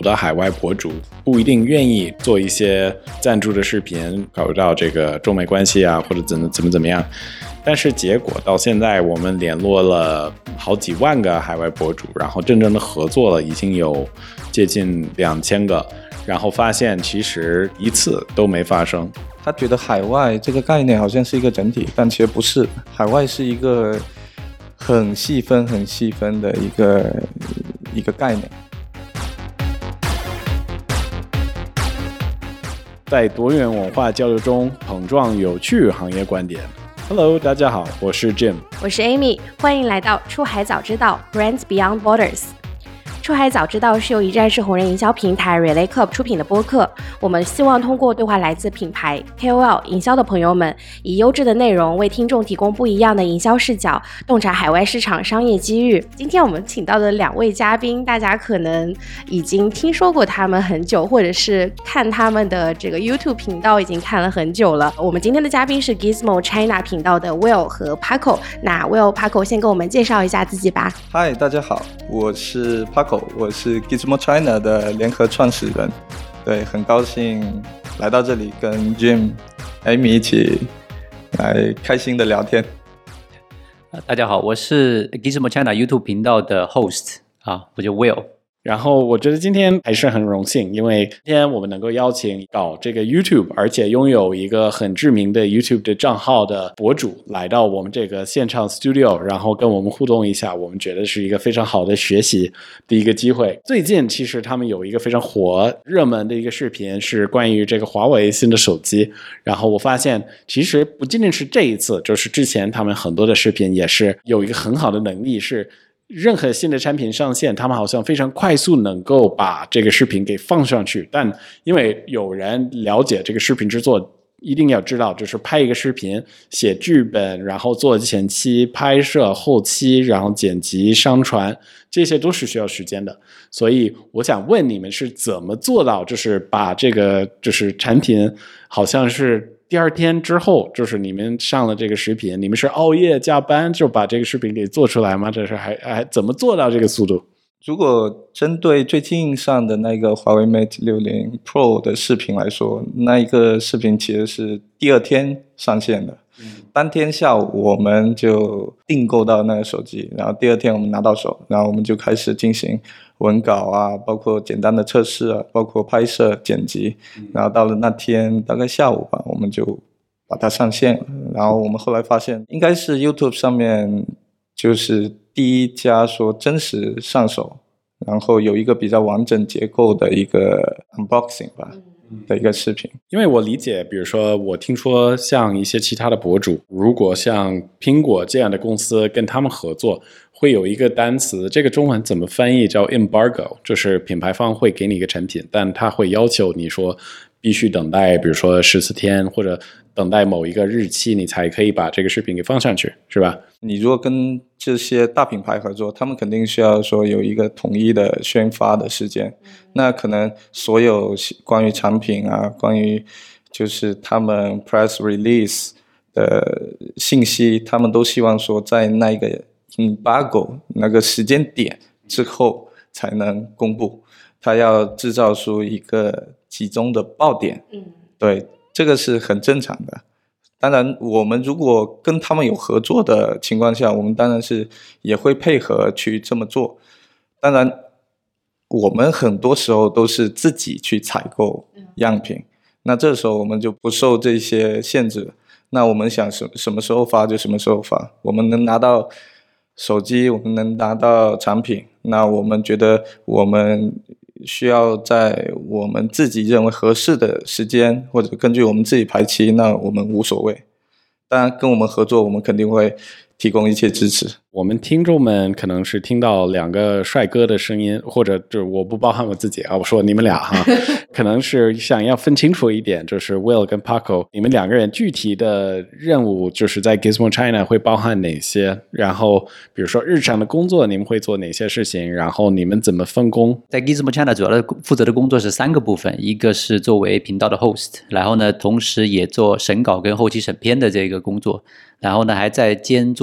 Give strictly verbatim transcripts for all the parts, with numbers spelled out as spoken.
的海外博主不一定愿意做一些赞助的视频，考虑到这个中美关系啊，或者怎么怎么怎么样。但是结果到现在，我们联络了好几万个海外博主，然后真正的合作了已经有接近两千个，然后发现其实一次都没发生。 他觉得海外这个概念好像是一个整体，但其实不是，海外是一个很细分、很细分的一个一个概念。 在多元文化交流中碰撞有趣行业观点。Hello， 大家好，我是 Jim， 我是 Amy， 欢迎来到出海早知道 Brands Beyond Borders。出海早知道是由一站式红人营销平台 Relay Club 出品的播客，我们希望通过对话来自品牌 K O L 营销的朋友们，以优质的内容为听众提供不一样的营销视角，洞察海外市场商业机遇。今天我们请到的两位嘉宾，大家可能已经听说过他们很久，或者是看他们的这个 YouTube 频道已经看了很久了。我们今天的嘉宾是 Gizmo China 频道的 Will 和 Paco。那 Will、Paco 先给我们介绍一下自己吧。 嗨，大家好，我是 Paco，我是 Gizmo China 的联合创始人。对，很高兴来到这里跟 Jim、Amy 一起来开心的聊天。 大家好，我是 Gizmo China YouTube 频道的 host 啊，我叫 Will。 然后我觉得今天还是很荣幸，因为今天我们能够邀请搞这个 YouTube 而且拥有一个很知名的 YouTube 的账号的博主来到我们这个现场 studio， 然后跟我们互动一下，我们觉得是一个非常好的学习的一个机会。最近其实他们有一个非常火热门的一个视频是关于这个华为新的手机，然后我发现其实不仅仅是这一次，就是之前他们很多的视频也是有一个很好的能力，是任何新的产品上线，他们好像非常快速能够把这个视频给放上去。但因为有人了解这个视频制作，一定要知道就是拍一个视频，写剧本，然后做前期拍摄、后期，然后剪辑、上传，这些都是需要时间的。所以我想问你们是怎么做到就是把这个就是产品好像是第二天之后，就是你们上了这个视频，你们是熬夜加班就把这个视频给做出来吗？这是还还怎么做到这个速度？ 如果针对最近上的那个华为 Mate 六十 Pro 的视频来说，那一个视频其实是第二天上线的，嗯、当天下午我们就订购到那个手机，然后第二天我们拿到手，然后我们就开始进行文稿啊，包括简单的测试啊，包括拍摄剪辑，然后到了那天大概下午吧，我们就把它上线了。然后我们后来发现应该是 YouTube 上面就是第一家说真实上手，然后有一个比较完整结构的一个 unboxing 吧的一个视频。 因为我理解，比如说我听说像一些其他的博主，如果像苹果这样的公司跟他们合作，会有一个单词，这个中文怎么翻译叫 embargo， 就是品牌方会给你一个产品，但他会要求你说必须等待比如说十四天或者等待某一个日期，你才可以把这个视频给放上去，是吧？ 你如果跟这些大品牌合作，他们肯定需要说有一个统一的宣发的时间，那可能所有关于产品啊，关于就是他们 press release 的信息，他们都希望说在那个 embargo 那个时间点之后才能公布，他要制造出一个集中的爆点，嗯，对，这个是很正常的。当然我们如果跟他们有合作的情况下，我们当然是也会配合去这么做。当然我们很多时候都是自己去采购样品，那这时候我们就不受这些限制，那我们想什什么时候发就什么时候发，我们能拿到手机，我们能拿到产品，那我们觉得我们需要在我们自己认为合适的时间，或者根据我们自己排期，那我们无所谓。当然跟我们合作，我们肯定会提供一切支持。 我们听众们可能是听到两个帅哥的声音，或者就我不包含我自己啊，我说你们俩哈，可能是想要分清楚一点，就是 Will 跟 Paco 你们两个人具体的任务就是在 Gizmo China 会包含哪些，然后比如说日常的工作你们会做哪些事情，然后你们怎么分工。 在 Gizmo China 主要的负责的工作是三个部分，一个是作为频道的 host， 然后呢同时也做审稿跟后期审片的这个工作，然后呢还在兼做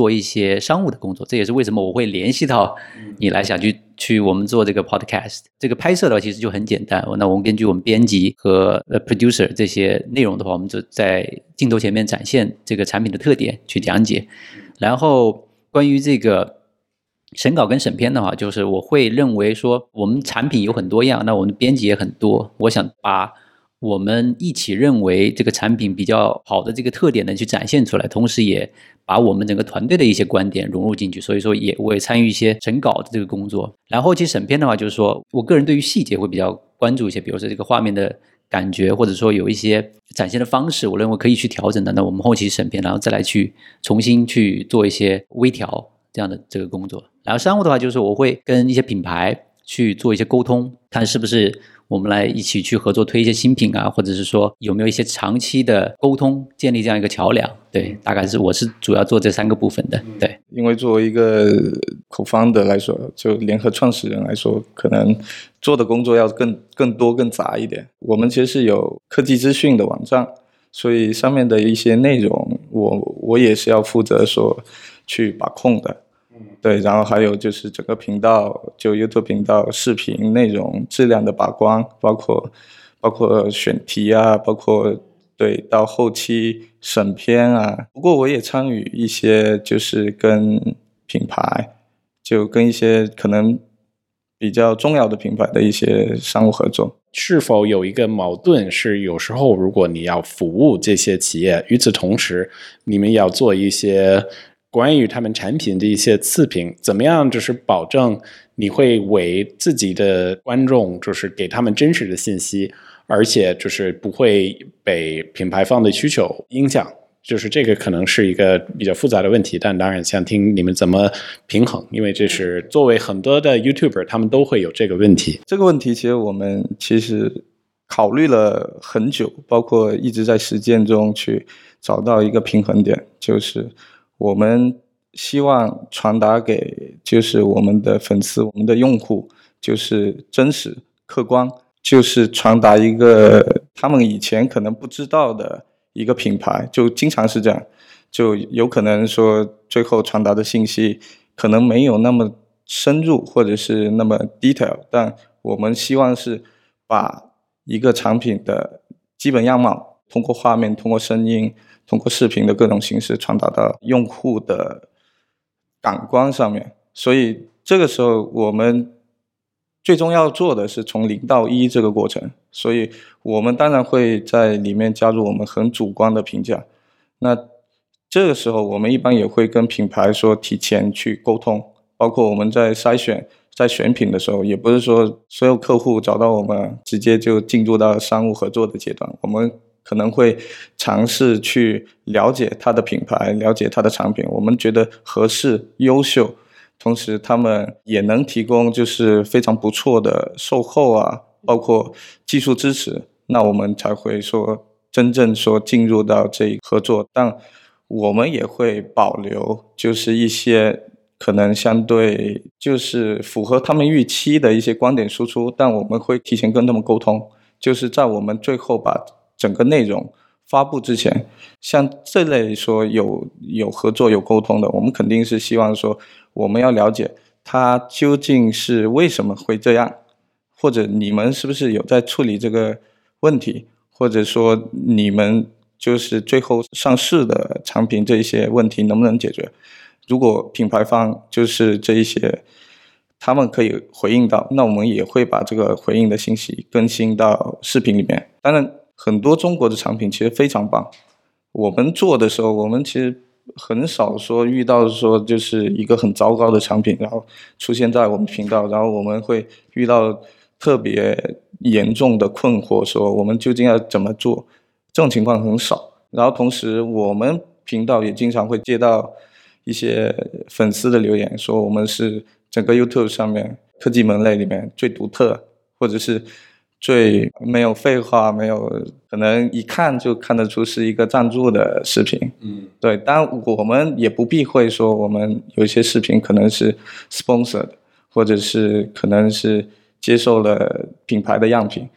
做一些商务的工作，这也是为什么我会联系到你来想去去我们做这个 podcast。这个拍摄的话其实就很简单，那我们根据我们编辑和 producer 这些内容的话，我们就在镜头前面展现这个产品的特点去讲解。然后关于这个审稿跟审片的话，就是我会认为说我们产品有很多样，那我们的编辑也很多，我想把我们一起认为这个产品比较好的这个特点呢去展现出来，同时也把我们整个团队的一些观点融入进去，所以说也我也参与一些审稿的这个工作。然后其实审片的话，就是说我个人对于细节会比较关注一些，比如说这个画面的感觉，或者说有一些展现的方式我认为可以去调整的，那我们后期审片然后再来去重新去做一些微调这样的这个工作。然后商务的话，就是我会跟一些品牌去做一些沟通，看是不是我们来一起去合作推一些新品啊，或者是说有没有一些长期的沟通，建立这样一个桥梁。对，大概是我是主要做这三个部分的。对， 因为作为一个 co-founder 来说，就联合创始人来说，可能做的工作要更更多更杂一点。我们其实是有科技资讯的网站，所以上面的一些内容我我也是要负责说去把控的。对，然后还有就是整个频道，就 YouTube 频道视频内容质量的把关，包括包括选题啊，包括对到后期审片啊。不过我也参与一些就是跟品牌，就跟一些可能比较重要的品牌的一些商务合作。 是否有一个矛盾是有时候如果你要服务这些企业，与此同时你们要做一些关于他们产品的一些次评，怎么样就是保证你会为自己的观众就是给他们真实的信息，而且就是不会被品牌方的需求影响，就是这个可能是一个比较复杂的问题，但当然想听你们怎么平衡，因为这是作为很多的 YouTuber 他们都会有这个问题。 这个问题其实我们其实考虑了很久，包括一直在实践中去找到一个平衡点，就是我们希望传达给就是我们的粉丝，我们的用户就是真实客观，就是传达一个他们以前可能不知道的一个品牌，就经常是这样，就有可能说最后传达的信息可能没有那么深入或者是那么 detail， 但我们希望是把一个产品的基本样貌通过画面，通过声音，通过视频的各种形式传达到用户的感官上面。所以这个时候我们最终要做的是从零到一这个过程，所以我们当然会在里面加入我们很主观的评价。那这个时候我们一般也会跟品牌说提前去沟通，包括我们在筛选在选品的时候，也不是说所有客户找到我们直接就进入到商务合作的阶段，我们可能会尝试去了解他的品牌，了解他的产品，我们觉得合适优秀，同时他们也能提供就是非常不错的售后啊，包括技术支持，那我们才会说真正说进入到这一合作。但我们也会保留就是一些可能相对就是符合他们预期的一些观点输出，但我们会提前跟他们沟通，就是在我们最后把整个内容发布之前，像这类说有有合作有沟通的，我们肯定是希望说我们要了解它究竟是为什么会这样，或者你们是不是有在处理这个问题，或者说你们就是最后上市的产品这一些问题能不能解决。如果品牌方就是这一些他们可以回应到，那我们也会把这个回应的信息更新到视频里面。当然很多中国的产品其实非常棒，我们做的时候我们其实很少说遇到说就是一个很糟糕的产品然后出现在我们频道，然后我们会遇到特别严重的困惑，说我们究竟要怎么做，这种情况很少。然后同时我们频道也经常会接到一些粉丝的留言，说我们是整个 YouTube 上面科技门类里面最独特，或者是最没有废话，没有可能一看就看得出是一个赞助的视频。嗯，对，但我们也不避讳说我们有一些视频可能是 sponsored， 或者是可能是接受了品牌的样品。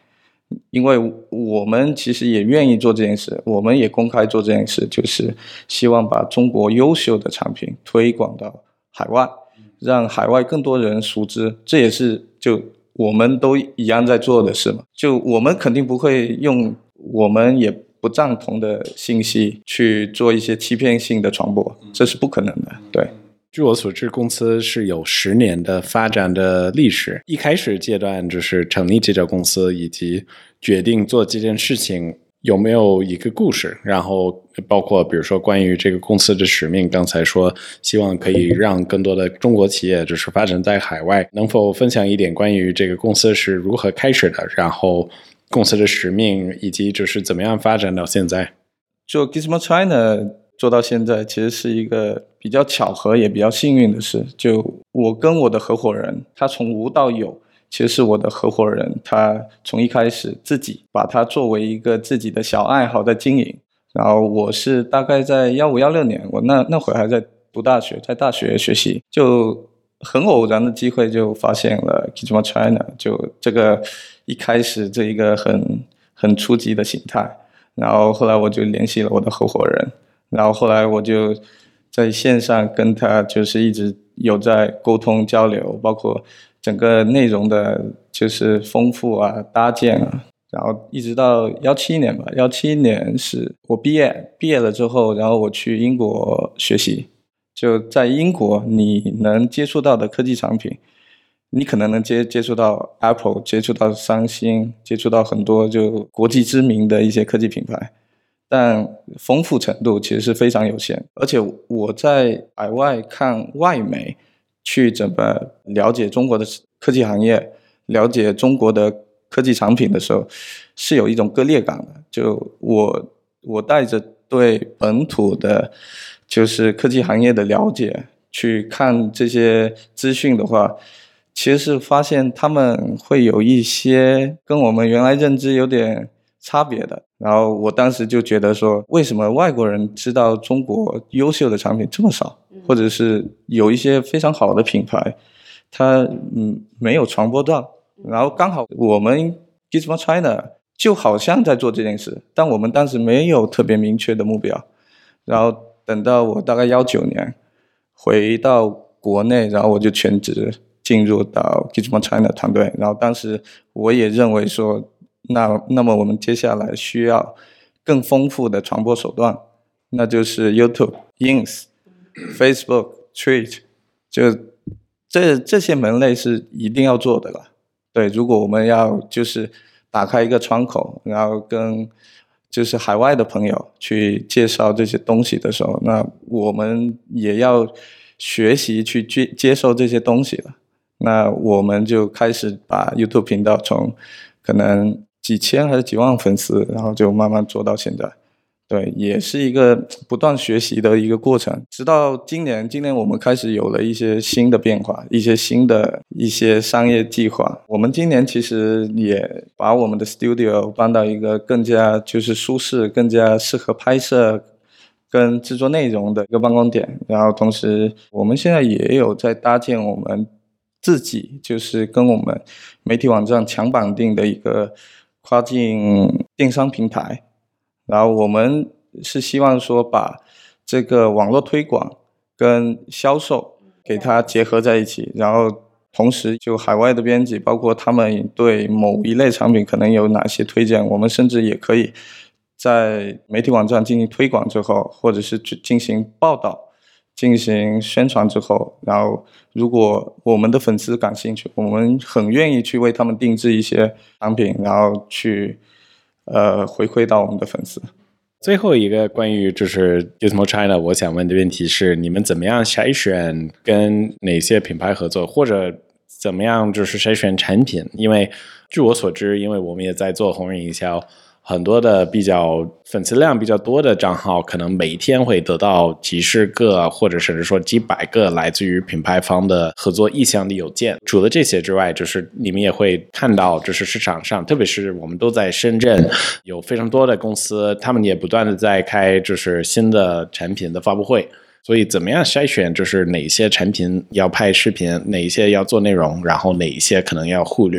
因为我们其实也愿意做这件事，我们也公开做这件事，就是希望把中国优秀的产品推广到海外，让海外更多人熟知，这也是就我们都一样在做的事嘛。就我们肯定不会用我们也不赞同的信息去做一些欺骗性的传播，这是不可能的。对。 据我所知，公司是有十年的发展的历史。一开始阶段就是成立这家公司，以及决定做这件事情，有没有一个故事？然后包括比如说关于这个公司的使命，刚才说希望可以让更多的中国企业就是发展在海外，能否分享一点关于这个公司是如何开始的，然后公司的使命，以及就是怎么样发展到现在？ 做 Gizmo China 做到现在其实是一个比较巧合也比较幸运的事，就我跟我的合伙人，他从无到有，其实是我的合伙人，他从一开始自己把它作为一个自己的小爱好在经营，然后我是大概在一五一六年，我那那会还在读大学，在大学学习，就很偶然的机会就发现了 Gizmo China， 就这个一开始这一个很很初级的形态，然后后来我就联系了我的合伙人，然后后来我就在线上跟他就是一直有在沟通交流，包括整个内容的就是丰富啊搭建啊，然后一直到一七年吧，一七年是我毕业毕业了之后，然后我去英国学习，就在英国你能接触到的科技产品，你可能能接接触到 Apple， 接触到三星，接触到很多就国际知名的一些科技品牌，但丰富程度其实是非常有限。而且我在海外看外媒，去怎么了解中国的科技行业，了解中国的科技产品的时候，是有一种割裂感的。就我我带着对本土的就是科技行业的了解去看这些资讯的话，其实是发现他们会有一些跟我们原来认知有点差别的。然后我当时就觉得说，为什么外国人知道中国优秀的产品这么少，或者是有一些非常好的品牌它嗯没有传播到。然后刚好我们 Gizmo China 就好像在做这件事，但我们当时没有特别明确的目标。然后等到我大概一九年回到国内，然后我就全职进入到 Gizmo China 团队。然后当时我也认为说，那那么我们接下来需要更丰富的传播手段，那就是 YouTube、Ins、Facebook、Tweet， 就这这些门类是一定要做的了。对，如果我们要就是打开一个窗口，然后跟就是海外的朋友去介绍这些东西的时候，那我们也要学习去接接受这些东西了。那我们就开始把 YouTube 频道从可能几千还是几万粉丝，然后就慢慢做到现在。对，也是一个不断学习的一个过程。直到今年，今年我们开始有了一些新的变化，一些新的一些商业计划。我们今年其实也把我们的 studio 搬到一个更加就是舒适、更加适合拍摄跟制作内容的一个办公点。然后同时，我们现在也有在搭建我们自己就是跟我们媒体网站强绑定的一个跨境电商平台。然后我们是希望说把这个网络推广跟销售给它结合在一起，然后同时就海外的编辑包括他们对某一类产品可能有哪些推荐，我们甚至也可以在媒体网站进行推广之后，或者是进行报道进行宣传之后，然后如果我们的粉丝感兴趣，我们很愿意去为他们定制一些产品，然后去呃，回馈到我们的粉丝。 最后一个关于就是 Gizmo China 我想问的问题是，你们怎么样筛选跟哪些品牌合作，或者怎么样就是筛选产品？因为据我所知，因为我们也在做红人营销，很多的比较粉丝量比较多的账号，可能每天会得到几十个或者甚至说几百个来自于品牌方的合作意向的邮件。除了这些之外，就是你们也会看到就是市场上，特别是我们都在深圳，有非常多的公司，他们也不断的在开就是新的产品的发布会。所以怎么样筛选就是哪些产品要拍视频，哪一些要做内容，然后哪一些可能要忽略？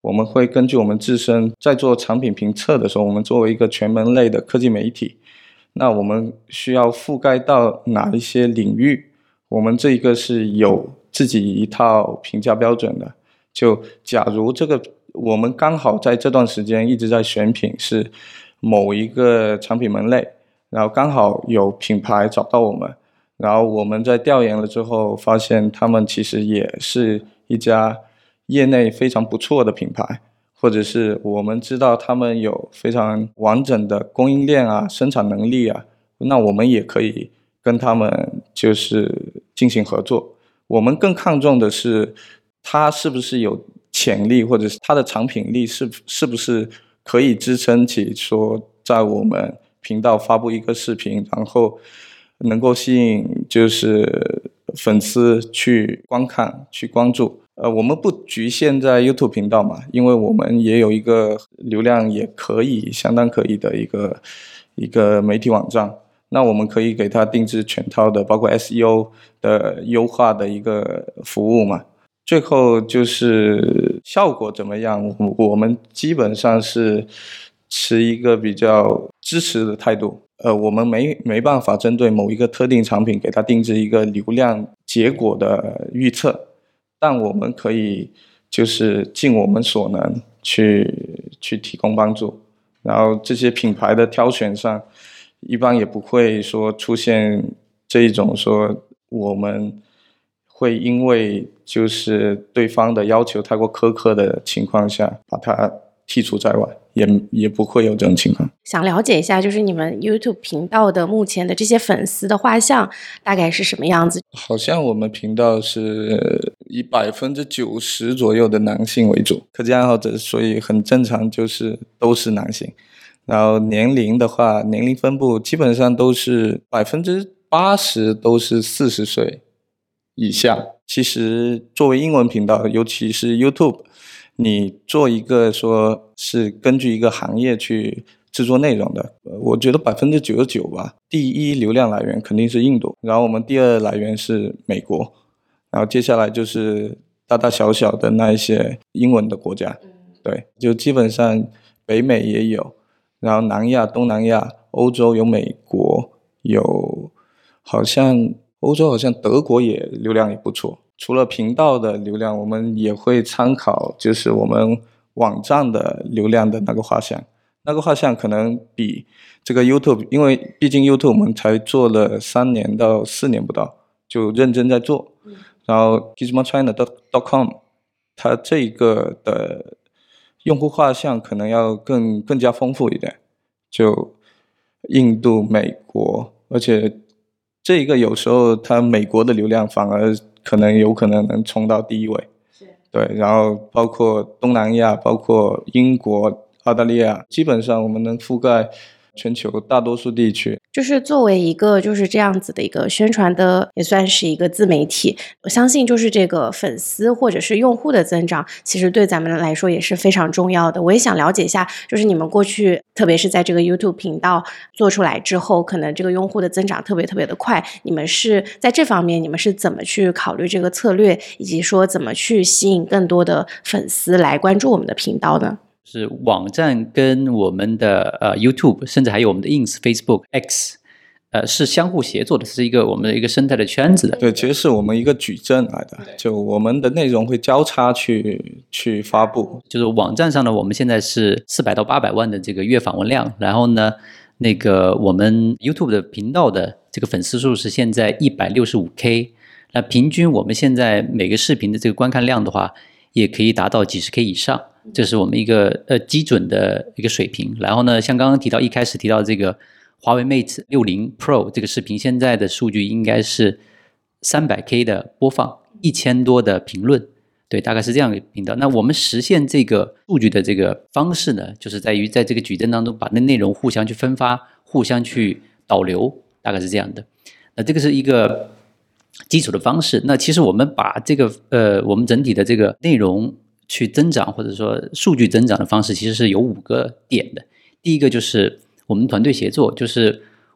我们会根据我们自身在做产品评测的时候，我们作为一个全门类的科技媒体，那我们需要覆盖到哪一些领域，我们这一个是有自己一套评价标准的。就假如这个我们刚好在这段时间一直在选品是某一个产品门类，然后刚好有品牌找到我们，然后我们在调研了之后发现他们其实也是一家业内非常不错的品牌，或者是我们知道他们有非常完整的供应链啊、生产能力啊，那我们也可以跟他们就是进行合作。我们更看重的是它是不是有潜力，或者是它的产品力是是不是可以支撑起说在我们频道发布一个视频，然后能够吸引就是粉丝去观看去关注。呃，我们不局限在 YouTube 频道嘛，因为我们也有一个流量也可以相当可以的一个一个媒体网站，那我们可以给它定制全套的包括 S E O 的优化的一个服务嘛。最后就是效果怎么样，我们基本上是持一个比较支持的态度。呃，我们没没办法针对某一个特定产品给它定制一个流量结果的预测，但我们可以就是尽我们所能去去提供帮助。然后这些品牌的挑选上，一般也不会说出现这一种说我们会因为就是对方的要求太过苛刻的情况下把它剔除在外，也也不会有这种情况。 想了解一下，就是你们 YouTube 频道的目前的这些粉丝的画像大概是什么样子？ 好像我们频道是以百分之九十左右的男性为主，科技爱好者，所以很正常，就是都是男性。然后年龄的话，年龄分布基本上都是百分之八十都是四十岁以下。其实作为英文频道，尤其是 YouTube， 你做一个说是根据一个行业去制作内容的，我觉得百分之九十九吧。第一流量来源肯定是印度，然后我们第二来源是美国，然后接下来就是大大小小的那一些英文的国家，对，就基本上北美也有，然后南亚、东南亚、欧洲有美国，有好像欧洲好像德国也流量也不错。除了频道的流量，我们也会参考就是我们网站的流量的那个画像，那个画像可能比这个 YouTube， 因为毕竟 YouTube 我们才做了三年到四年不到，就认真在做。然后 gizmo china dot com 它这个的用户画像可能要更更加丰富一点，就印度、美国，而且这个有时候它美国的流量反而可能有可能能冲到第一位，对，然后包括东南亚，包括英国、澳大利亚，基本上我们能覆盖全球大多数地区。 就是作为一个就是这样子的一个宣传的，也算是一个自媒体，我相信就是这个粉丝或者是用户的增长，其实对咱们来说也是非常重要的。我也想了解一下，就是你们过去特别是在这个 YouTube 频道做出来之后，可能这个用户的增长特别特别的快，你们是在这方面你们是怎么去考虑这个策略，以及说怎么去吸引更多的粉丝来关注我们的频道呢？ 是网站跟我们的呃 YouTube， 甚至还有我们的 Ins、Facebook、X， 呃是相互协作的，是一个我们的一个生态的圈子的。 对，其实是我们一个矩阵来的，就我们的内容会交叉去去发布。 就是网站上呢，我们现在是四百到八百万的这个月访问量，然后呢，那个我们 YouTube 的频道的这个粉丝数是现在一百六十五 K， 那平均我们现在每个视频的这个观看量的话，也可以达到几十 K 以上。这是我们一个呃基准的一个水平。然后呢，像刚刚提到一开始提到这个华为 Mate 六十 Pro 这个视频，现在的数据应该是三百 K 的播放，一千多的评论，对，大概是这样一个频道。那我们实现这个数据的这个方式呢，就是在于在这个矩阵当中把那内容互相去分发，互相去导流，大概是这样的。那这个是一个基础的方式。那其实我们把这个呃我们整体的这个内容去增长，或者说数据增长的方式，其实是有五个点的。第一个就是我们团队协作，就是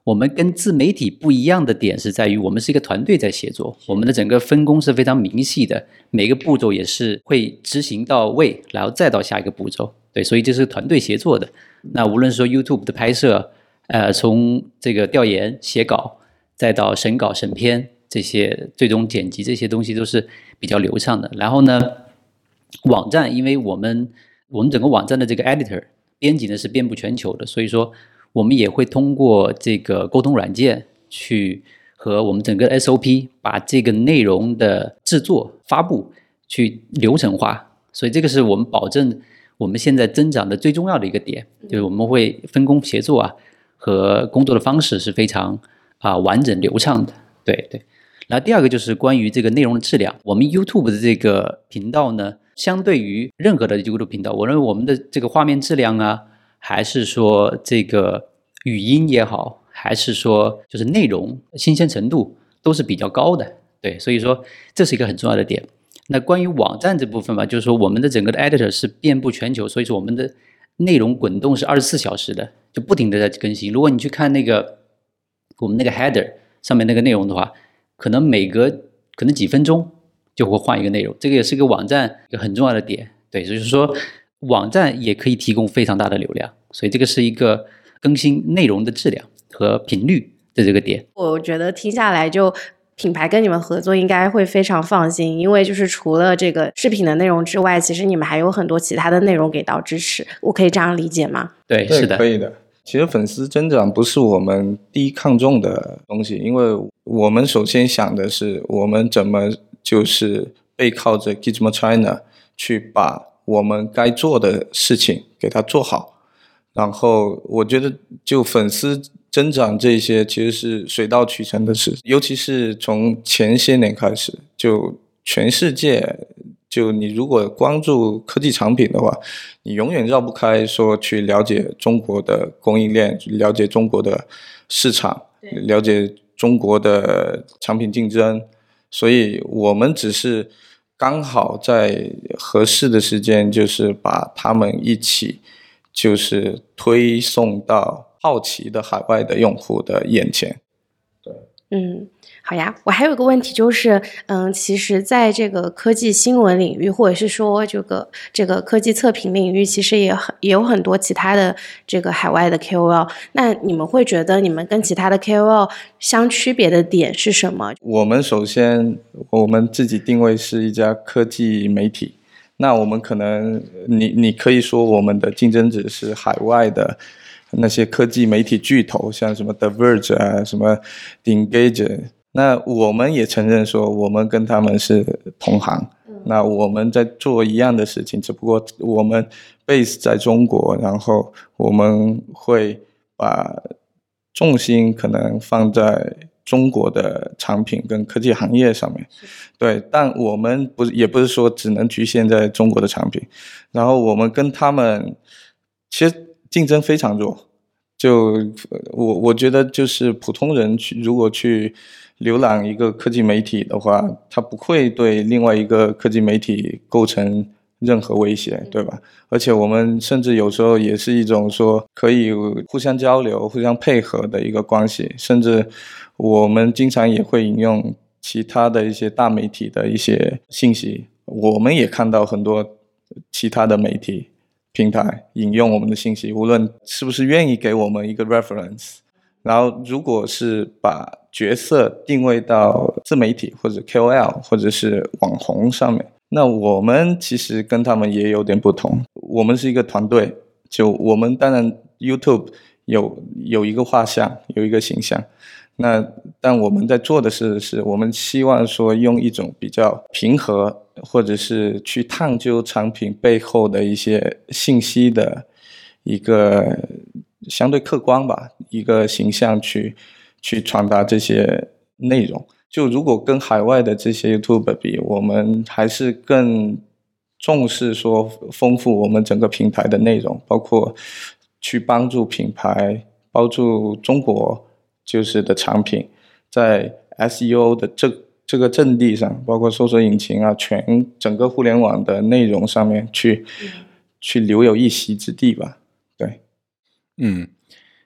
我们跟自媒体不一样的点是在于，我们是一个团队在协作，我们的整个分工是非常明细的，每个步骤也是会执行到位，然后再到下一个步骤。对，所以这是团队协作的。那无论说 YouTube 的拍摄，呃，从这个调研、写稿，再到审稿、审片，这些最终剪辑，这些东西都是比较流畅的。然后呢，网站，因为我们我们整个网站的这个 editor 编辑呢是遍布全球的，所以说我们也会通过这个沟通软件去和我们整个 S O P 把这个内容的制作、发布去流程化，所以这个是我们保证我们现在增长的最重要的一个点，就是我们会分工协作啊，和工作的方式是非常啊完整流畅的。对对。然后第二个就是关于这个内容的质量，我们 YouTube 的这个频道呢，相对于任何的 YouTube 频道，我认为我们的这个画面质量啊，还是说这个语音也好，还是说就是内容新鲜程度都是比较高的。对，所以说这是一个很重要的点。那关于网站这部分吧，就是说我们的整个的 editor 是遍布全球，所以说我们的内容滚动是二十四小时的，就不停的在更新。如果你去看那个我们那个 header 上面那个内容的话，可能每隔可能几分钟就会换一个内容，这个也是一个网站一个很重要的点。对，就是说网站也可以提供非常大的流量，所以这个是一个更新内容的质量和频率的这个点。 我觉得听下来就品牌跟你们合作应该会非常放心，因为就是除了这个视频的内容之外，其实你们还有很多其他的内容给到支持，我可以这样理解吗？ 对， 对， 是的， 可以的。其实粉丝增长不是我们第一看重的东西，因为我们首先想的是我们怎么就是背靠着 Gizmo China 去把我们该做的事情给它做好。然后我觉得就粉丝增长这些其实是水到渠成的事，尤其是从前些年开始，就全世界就你如果关注科技产品的话，你永远绕不开说去了解中国的供应链，了解中国的市场，了解中国的产品竞争。所以我们只是刚好在合适的时间，就是把他们一起就是推送到好奇的海外的用户的眼前。对，嗯。 好呀，我还有一个问题就是，嗯，其实在这个科技新闻领域，或者是说这个这个科技测评领域，其实也很也有很多其他的这个海外的 K O L。那你们会觉得你们跟其他的 K O L 相区别的点是什么？ 我们首先我们自己定位是一家科技媒体，那我们可能你你可以说我们的竞争者是海外的那些科技媒体巨头，像什么 The Verge 啊，什么 The Engadget。那我们也承认说我们跟他们是同行，那我们在做一样的事情，只不过我们 base 在中国，然后我们会把重心可能放在中国的产品跟科技行业上面。对，但我们不也不是说只能局限在中国的产品，然后我们跟他们其实竞争非常弱。就我我觉得就是普通人去如果去浏览一个科技媒体的话，它不会对另外一个科技媒体构成任何威胁，对吧？而且我们甚至有时候也是一种说可以互相交流、互相配合的一个关系，甚至我们经常也会引用其他的一些大媒体的一些信息，我们也看到很多其他的媒体平台引用我们的信息，无论是不是愿意给我们一个 reference。然后如果是把角色定位到自媒体或者 K O L 或者是网红上面，那我们其实跟他们也有点不同。我们是一个团队，就我们当然 YouTube 有有一个画像，有一个形象，那但我们在做的是是我们希望说用一种比较平和或者是去探究产品背后的一些信息的一个相对客观吧，一个形象去去传达这些内容。就如果跟海外的这些 YouTuber 比，我们还是更重视说丰富我们整个平台的内容，包括去帮助品牌，帮助中国就是的产品在 S E O 的这这个阵地上，包括搜索引擎啊，全整个互联网的内容上面去、嗯、去留有一席之地吧。对， 嗯，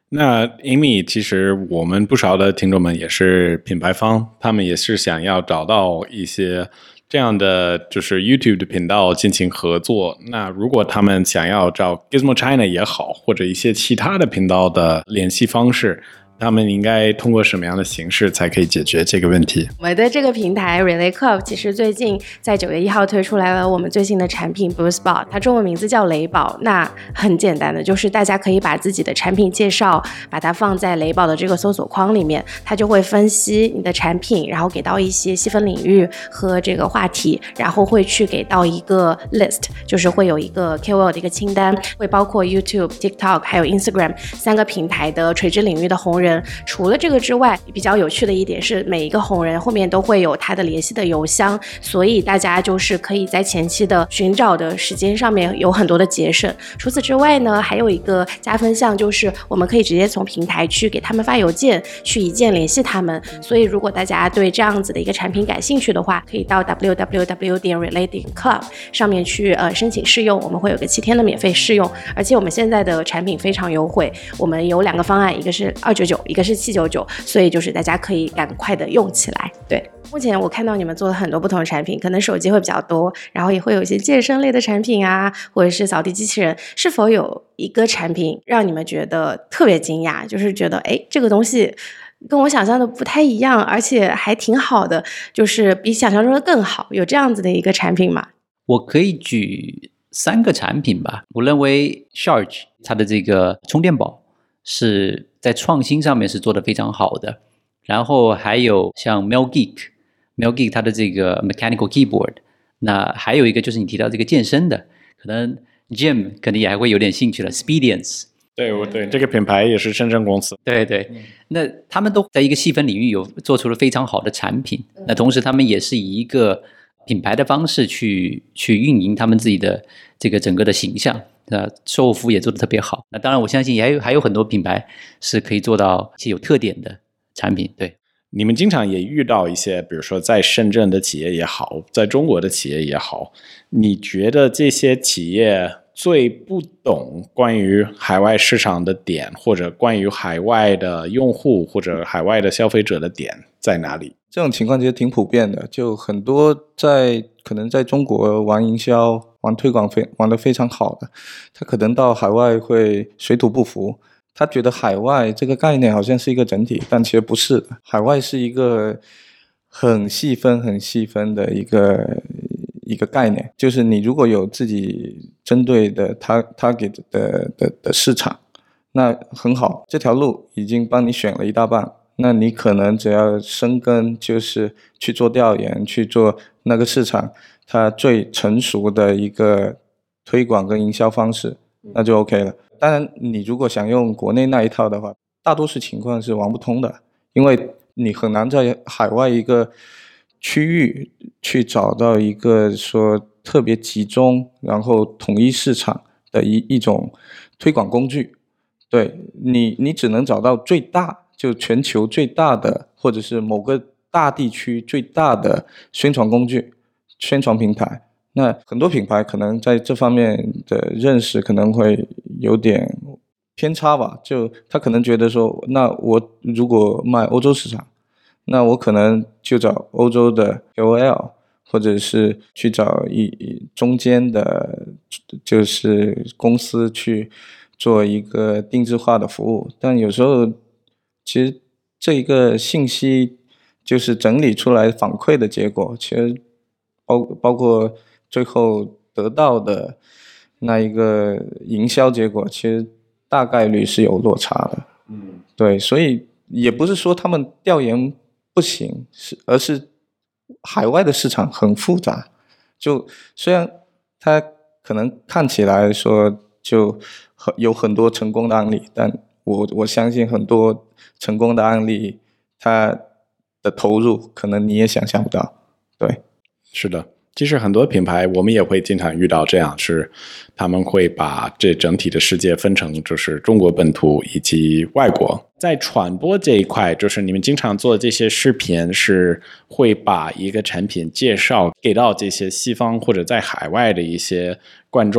那 Amy， 其实我们不少的听众们也是品牌方，他们也是想要找到一些这样的就是 YouTube 的频道进行合作。那如果他们想要找 Gizmo China 也好，或者一些其他的频道的联系方式，他们应该通过什么样的形式才可以解决这个问题？ 我们的这个平台 Relay Club 其实最近在九月一号推出来了我们最新的产品 Boost Bot， 它中文名字叫雷宝。那很简单的，就是大家可以把自己的产品介绍把它放在雷宝的这个搜索框里面，它就会分析你的产品，然后给到一些细分领域和这个话题，然后会去给到一个 list， 就是会有一个 K O L 的一个清单，会包括 YouTube、TikTok 还有 Instagram 三个平台的垂直领域的红人。除了这个之外，比较有趣的一点是每一个红人后面都会有他的联系的邮箱，所以大家就是可以在前期的寻找的时间上面有很多的节省。除此之外呢，还有一个加分项，就是我们可以直接从平台去给他们发邮件，去一键联系他们。所以如果大家对这样子的一个产品感兴趣的话，可以到 double-u double-u double-u 点 relay 点 club 上面去呃申请试用，我们会有个七天的免费试用。而且我们现在的产品非常优惠，我们有两个方案，一个是二九九，一个是七九九，所以就是大家可以赶快的用起来。对，目前我看到你们做了很多不同的产品，可能手机会比较多，然后也会有一些健身类的产品啊，或者是扫地机器人。是否有一个产品让你们觉得特别惊讶，就是觉得哎，这个东西跟我想象的不太一样，而且还挺好的，就是比想象中的更好，有这样子的一个产品吗？ 我可以举三个产品吧。我认为 Charge 它的这个充电宝是在创新上面是做得非常好的，然后还有像 Melgeek Melgeek 它的这个 Mechanical Keyboard， 那还有一个就是你提到这个健身的，可能 Jim 可能也还会有点兴趣了 Speedience。 对，我对这个品牌也是深圳公司。 对对，那他们都在一个细分领域有做出了非常好的产品，那同时他们也是以一个品牌的方式去去运营他们自己的这个整个的形象，那售后服务也做得特别好。那当然我相信也还有还有很多品牌是可以做到一些有特点的产品。对， 你们经常也遇到一些比如说在深圳的企业也好，在中国的企业也好，你觉得这些企业最不懂关于海外市场的点，或者关于海外的用户或者海外的消费者的点在哪里？ 这种情况其实挺普遍的，就很多在可能在中国玩营销玩推广非玩得非常好的，他可能到海外会水土不服，他觉得海外这个概念好像是一个整体，但其实不是的。海外是一个很细分很细分的一个一个概念，就是你如果有自己针对的 target 的的的市场，那很好，这条路已经帮你选了一大半，那你可能只要深耕，就是去做调研，去做那个市场它最成熟的一个推广跟营销方式，那就 OK 了。当然你如果想用国内那一套的话，大多数情况是玩不通的，因为你很难在海外一个区域去找到一个说特别集中然后统一市场的一一种推广工具。对，你你只能找到最大，就全球最大的，或者是某个大地区最大的宣传工具、宣传平台。那很多品牌可能在这方面的认识可能会有点偏差吧，就他可能觉得说，那我如果卖欧洲市场，那我可能就找欧洲的 K O L， 或者是去找一中间的就是公司去做一个定制化的服务。但有时候其实这一个信息就是整理出来反馈的结果，其实包包括最后得到的那一个营销结果，其实大概率是有落差的。嗯，对，所以也不是说他们调研不行，是而是海外的市场很复杂。就虽然它可能看起来说就很有很多成功的案例，但我我相信很多成功的案例，它的投入可能你也想象不到。对， 是的。其实很多品牌我们也会经常遇到这样，是他们会把这整体的世界分成就是中国本土以及外国。在传播这一块，就是你们经常做的这些视频是会把一个产品介绍给到这些西方或者在海外的一些观众。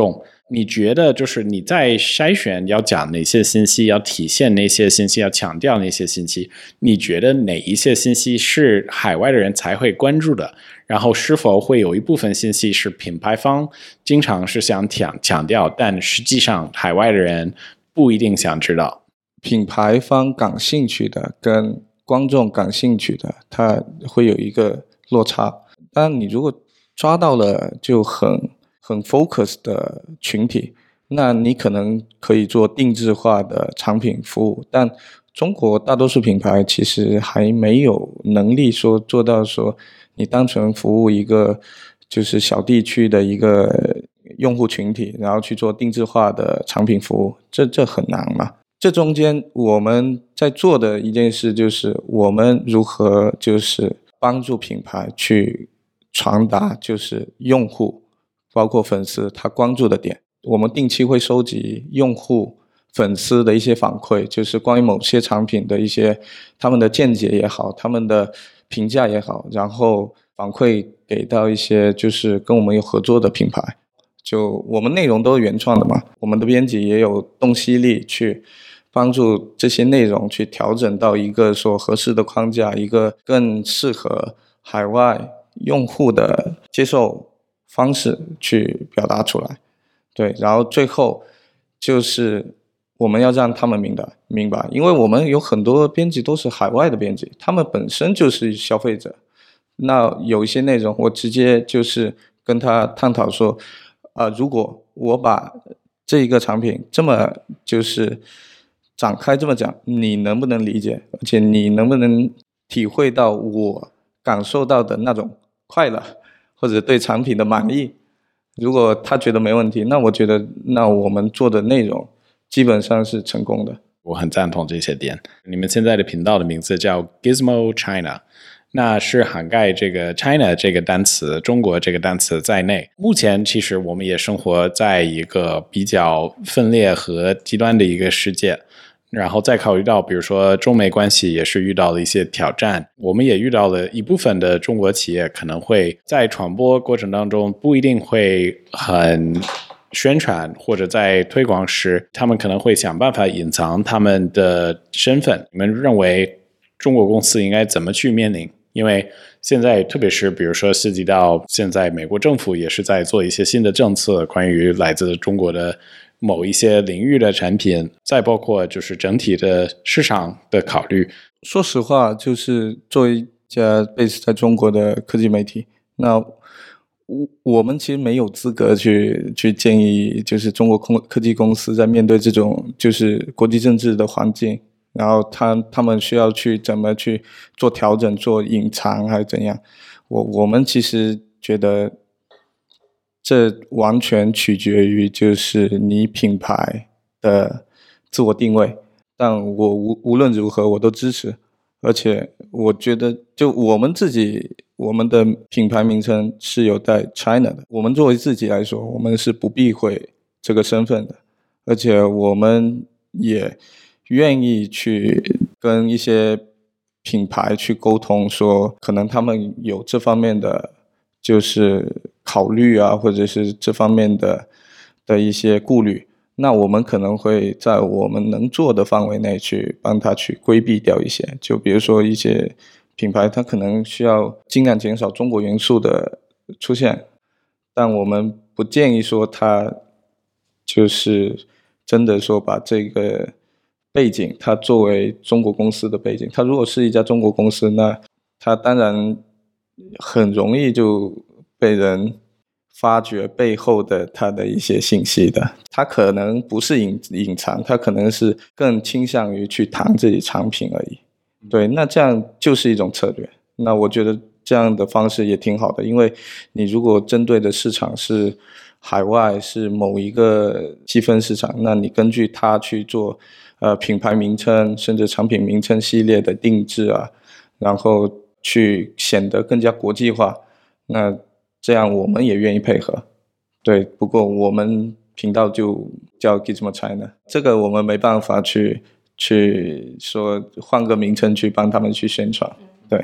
你觉得就是你在筛选要讲哪些信息，要体现哪些信息，要强调哪些信息，你觉得哪一些信息是海外的人才会关注的？然后是否会有一部分信息是品牌方经常是想强强调，但实际上海外的人不一定想知道？ 品牌方感兴趣的跟观众感兴趣的，它会有一个落差。但你如果抓到了就很很 focus 的群体，那你可能可以做定制化的产品服务，但中国大多数品牌其实还没有能力说做到说你单纯服务一个就是小地区的一个用户群体，然后去做定制化的产品服务，这这很难嘛。这中间我们在做的一件事就是我们如何就是帮助品牌去传达就是用户包括粉丝他关注的点。我们定期会收集用户粉丝的一些反馈，就是关于某些产品的一些他们的见解也好，他们的评价也好，然后反馈给到一些就是跟我们有合作的品牌。就我们内容都是原创的嘛，我们的编辑也有洞悉力去帮助这些内容去调整到一个说合适的框架，一个更适合海外用户的接受方式去表达出来。对，然后最后就是我们要让他们明白明白，因为我们有很多编辑都是海外的编辑，他们本身就是消费者。那有一些内容我直接就是跟他探讨说呃，如果我把这一个产品这么就是展开这么讲，你能不能理解，而且你能不能体会到我感受到的那种快乐或者对产品的满意。如果他觉得没问题，那我觉得那我们做的内容基本上是成功的。 我很赞同这些点。你们现在的频道的名字叫 Gizmo China， 那是涵盖这个 China 这个单词，中国这个单词在内。目前其实我们也生活在一个比较分裂和极端的一个世界，然后再考虑到比如说中美关系也是遇到了一些挑战，我们也遇到了一部分的中国企业可能会在传播过程当中不一定会很宣传，或者在推广时他们可能会想办法隐藏他们的身份。你们认为中国公司应该怎么去面临？因为现在特别是比如说涉及到现在美国政府也是在做一些新的政策，关于来自中国的某一些领域的产品，再包括就是整体的市场的考虑。 说实话，就是作为一家 base 在中国的科技媒体，那我我们其实没有资格去去建议就是中国科技公司在面对这种就是国际政治的环境，然后他他们需要去怎么去做调整，做隐藏还是怎样。我我们其实觉得这完全取决于就是你品牌的自我定位，但我无无论如何我都支持。而且我觉得就我们自己我们的品牌名称是有带 China 的，我们作为自己来说我们是不避讳这个身份的，而且我们也愿意去跟一些品牌去沟通，说可能他们有这方面的就是考虑啊，或者是这方面的的一些顾虑，那我们可能会在我们能做的范围内去帮他去规避掉一些。就比如说一些品牌它可能需要尽量减少中国元素的出现，但我们不建议说它就是真的说把这个背景它作为中国公司的背景。它如果是一家中国公司，那它当然很容易就被人发掘背后的它的一些信息的。它可能不是隐隐藏，它可能是更倾向于去谈自己产品而已。对，那这样就是一种策略。那我觉得这样的方式也挺好的，因为你如果针对的市场是海外，是某一个细分市场，那你根据它去做呃品牌名称甚至产品名称系列的定制啊，然后去显得更加国际化，那这样我们也愿意配合。对，不过我们频道就叫 Gizmo China， 这个我们没办法去去说换个名称去帮他们去宣传。对。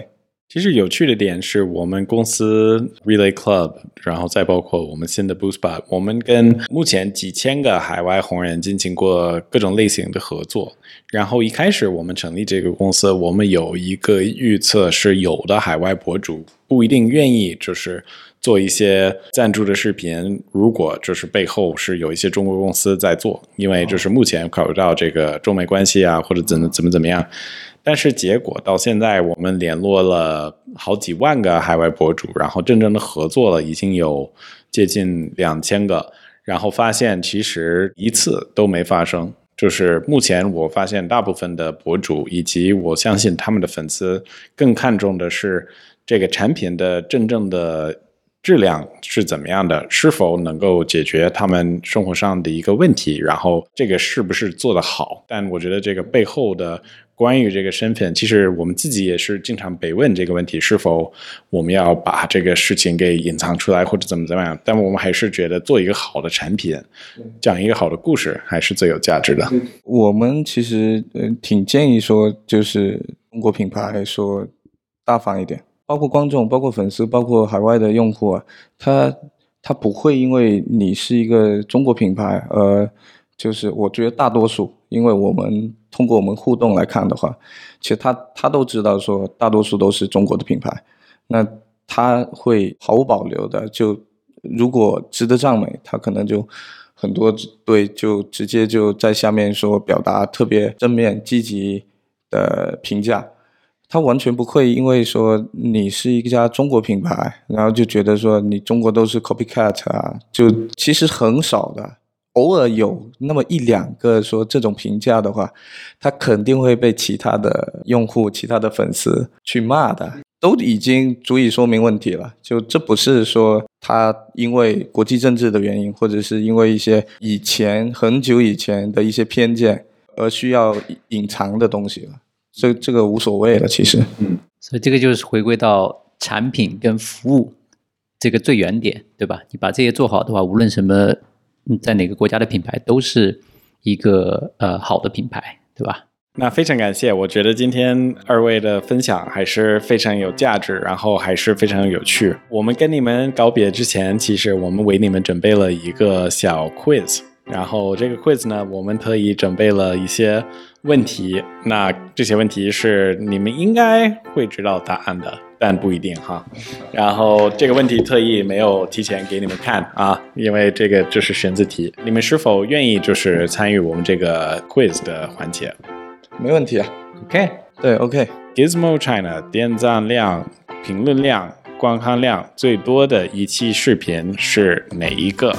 其实有趣的点是我们公司 Relay Club， 然后再包括我们新的 Boostbot， 我们跟目前几千个海外红人进行过各种类型的合作。然后一开始我们成立这个公司，我们有一个预测是有的海外博主不一定愿意就是做一些赞助的视频，如果就是背后是有一些中国公司在做，因为就是目前考虑到这个中美关系啊，或者怎么怎么怎么样。但是结果到现在我们联络了好几万个海外博主，然后真正的合作了已经有接近两千个，然后发现其实一次都没发生。就是目前我发现大部分的博主以及我相信他们的粉丝更看重的是这个产品的真正的质量是怎么样的，是否能够解决他们生活上的一个问题，然后这个是不是做得好。但我觉得这个背后的关于这个身份，其实我们自己也是经常被问这个问题，是否我们要把这个事情给隐藏出来或者怎么怎么样，但我们还是觉得做一个好的产品，讲一个好的故事还是最有价值的。 我们其实呃挺建议说就是中国品牌说大方一点，包括观众包括粉丝包括海外的用户啊，他他不会因为你是一个中国品牌呃就是我觉得大多数，因为我们通过我们互动来看的话，其实他他都知道说大多数都是中国的品牌，那他会毫无保留的就如果值得赞美，他可能就很多对就直接就在下面说表达特别正面积极的评价，他完全不会因为说你是一家中国品牌，然后就觉得说你中国都是 copycat 啊，就其实很少的。偶尔有那么一两个说这种评价的话，他肯定会被其他的用户其他的粉丝去骂的，都已经足以说明问题了。就这不是说他因为国际政治的原因，或者是因为一些以前很久以前的一些偏见而需要隐藏的东西了，这这个无所谓了其实。 嗯，所以这个就是回归到产品跟服务这个最原点，对吧？你把这些做好的话，无论什么在哪个国家的品牌都是一个呃好的品牌，对吧？ 那非常感谢，我觉得今天二位的分享还是非常有价值，然后还是非常有趣。我们跟你们告别之前，其实我们为你们准备了一个小 quiz， 然后这个 quiz 呢，我们特意准备了一些问题，那这些问题是你们应该会知道答案的，但不一定哈。然后这个问题特意没有提前给你们看啊，因为这个就是选择题。你们是否愿意就是参与我们这个 quiz 的环节？ 没问题啊 OK， 对 OK。 Gizmo China 点赞量、评论量、观看量最多的一期视频是哪一个？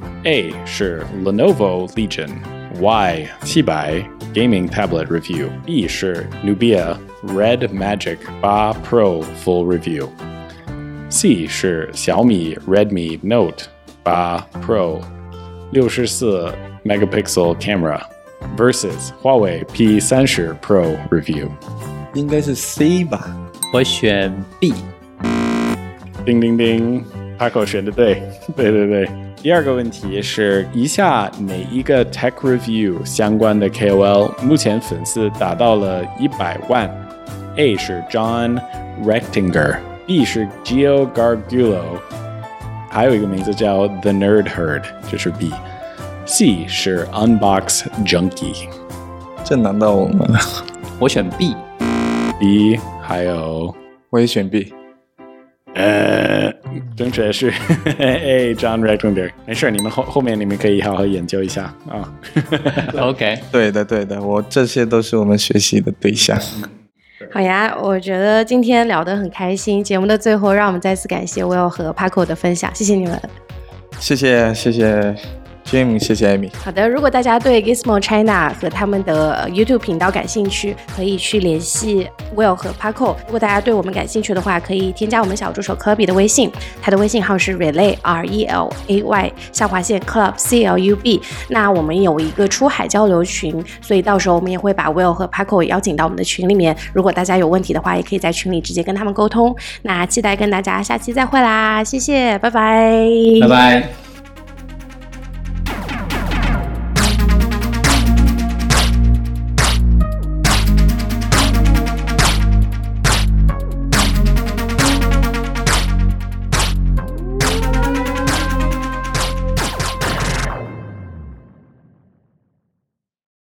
A 是 Lenovo Legion Y 七百 Gaming Tablet Review， B 是 Nubia Red Magic 八 Pro Full Review， C 是小米 Redmi Note 八 Pro 六十四 megapixel camera versus 华为 P 三十 Pro Review。 应该是 C 吧。 我选 B。 叮叮叮 Paco 选的对，对对对。第二个问题是以下哪一个 Tech Review 相关的 K O L 目前粉丝达到了一百万？ A 是 John Rectinger， B 是 Gio Gargulo， 还有一个名字叫 The Nerd Herd， 这是 B。 C 是 Unbox Junkie。 这难到我们了。 我选 B。 B 还有我也选 B。 呃，正确是 A John Rectinger。 没事，你们后后面你们可以好好研究一下啊。 OK， 对的对的，我这些都是我们学习的对象。 好呀，我觉得今天聊得很开心。节目的最后，让我们再次感谢 Will 和 Paco 的分享，谢谢你们。 谢谢谢谢 Jamie， 谢谢 Amy。 好的，如果大家对 Gizmo China 和他们的 YouTube 频道感兴趣，可以去联系 Will 和 Paco。 如果大家对我们感兴趣的话，可以添加我们小助手科比的微信，他的微信号是 relay R E L A Y 下划线 Club C L U B。 那我们有一个出海交流群，所以到时候我们也会把 Will 和 Paco 邀请到我们的群里面，如果大家有问题的话，也可以在群里直接跟他们沟通。那期待跟大家下期再会啦，谢谢，拜拜， 拜拜。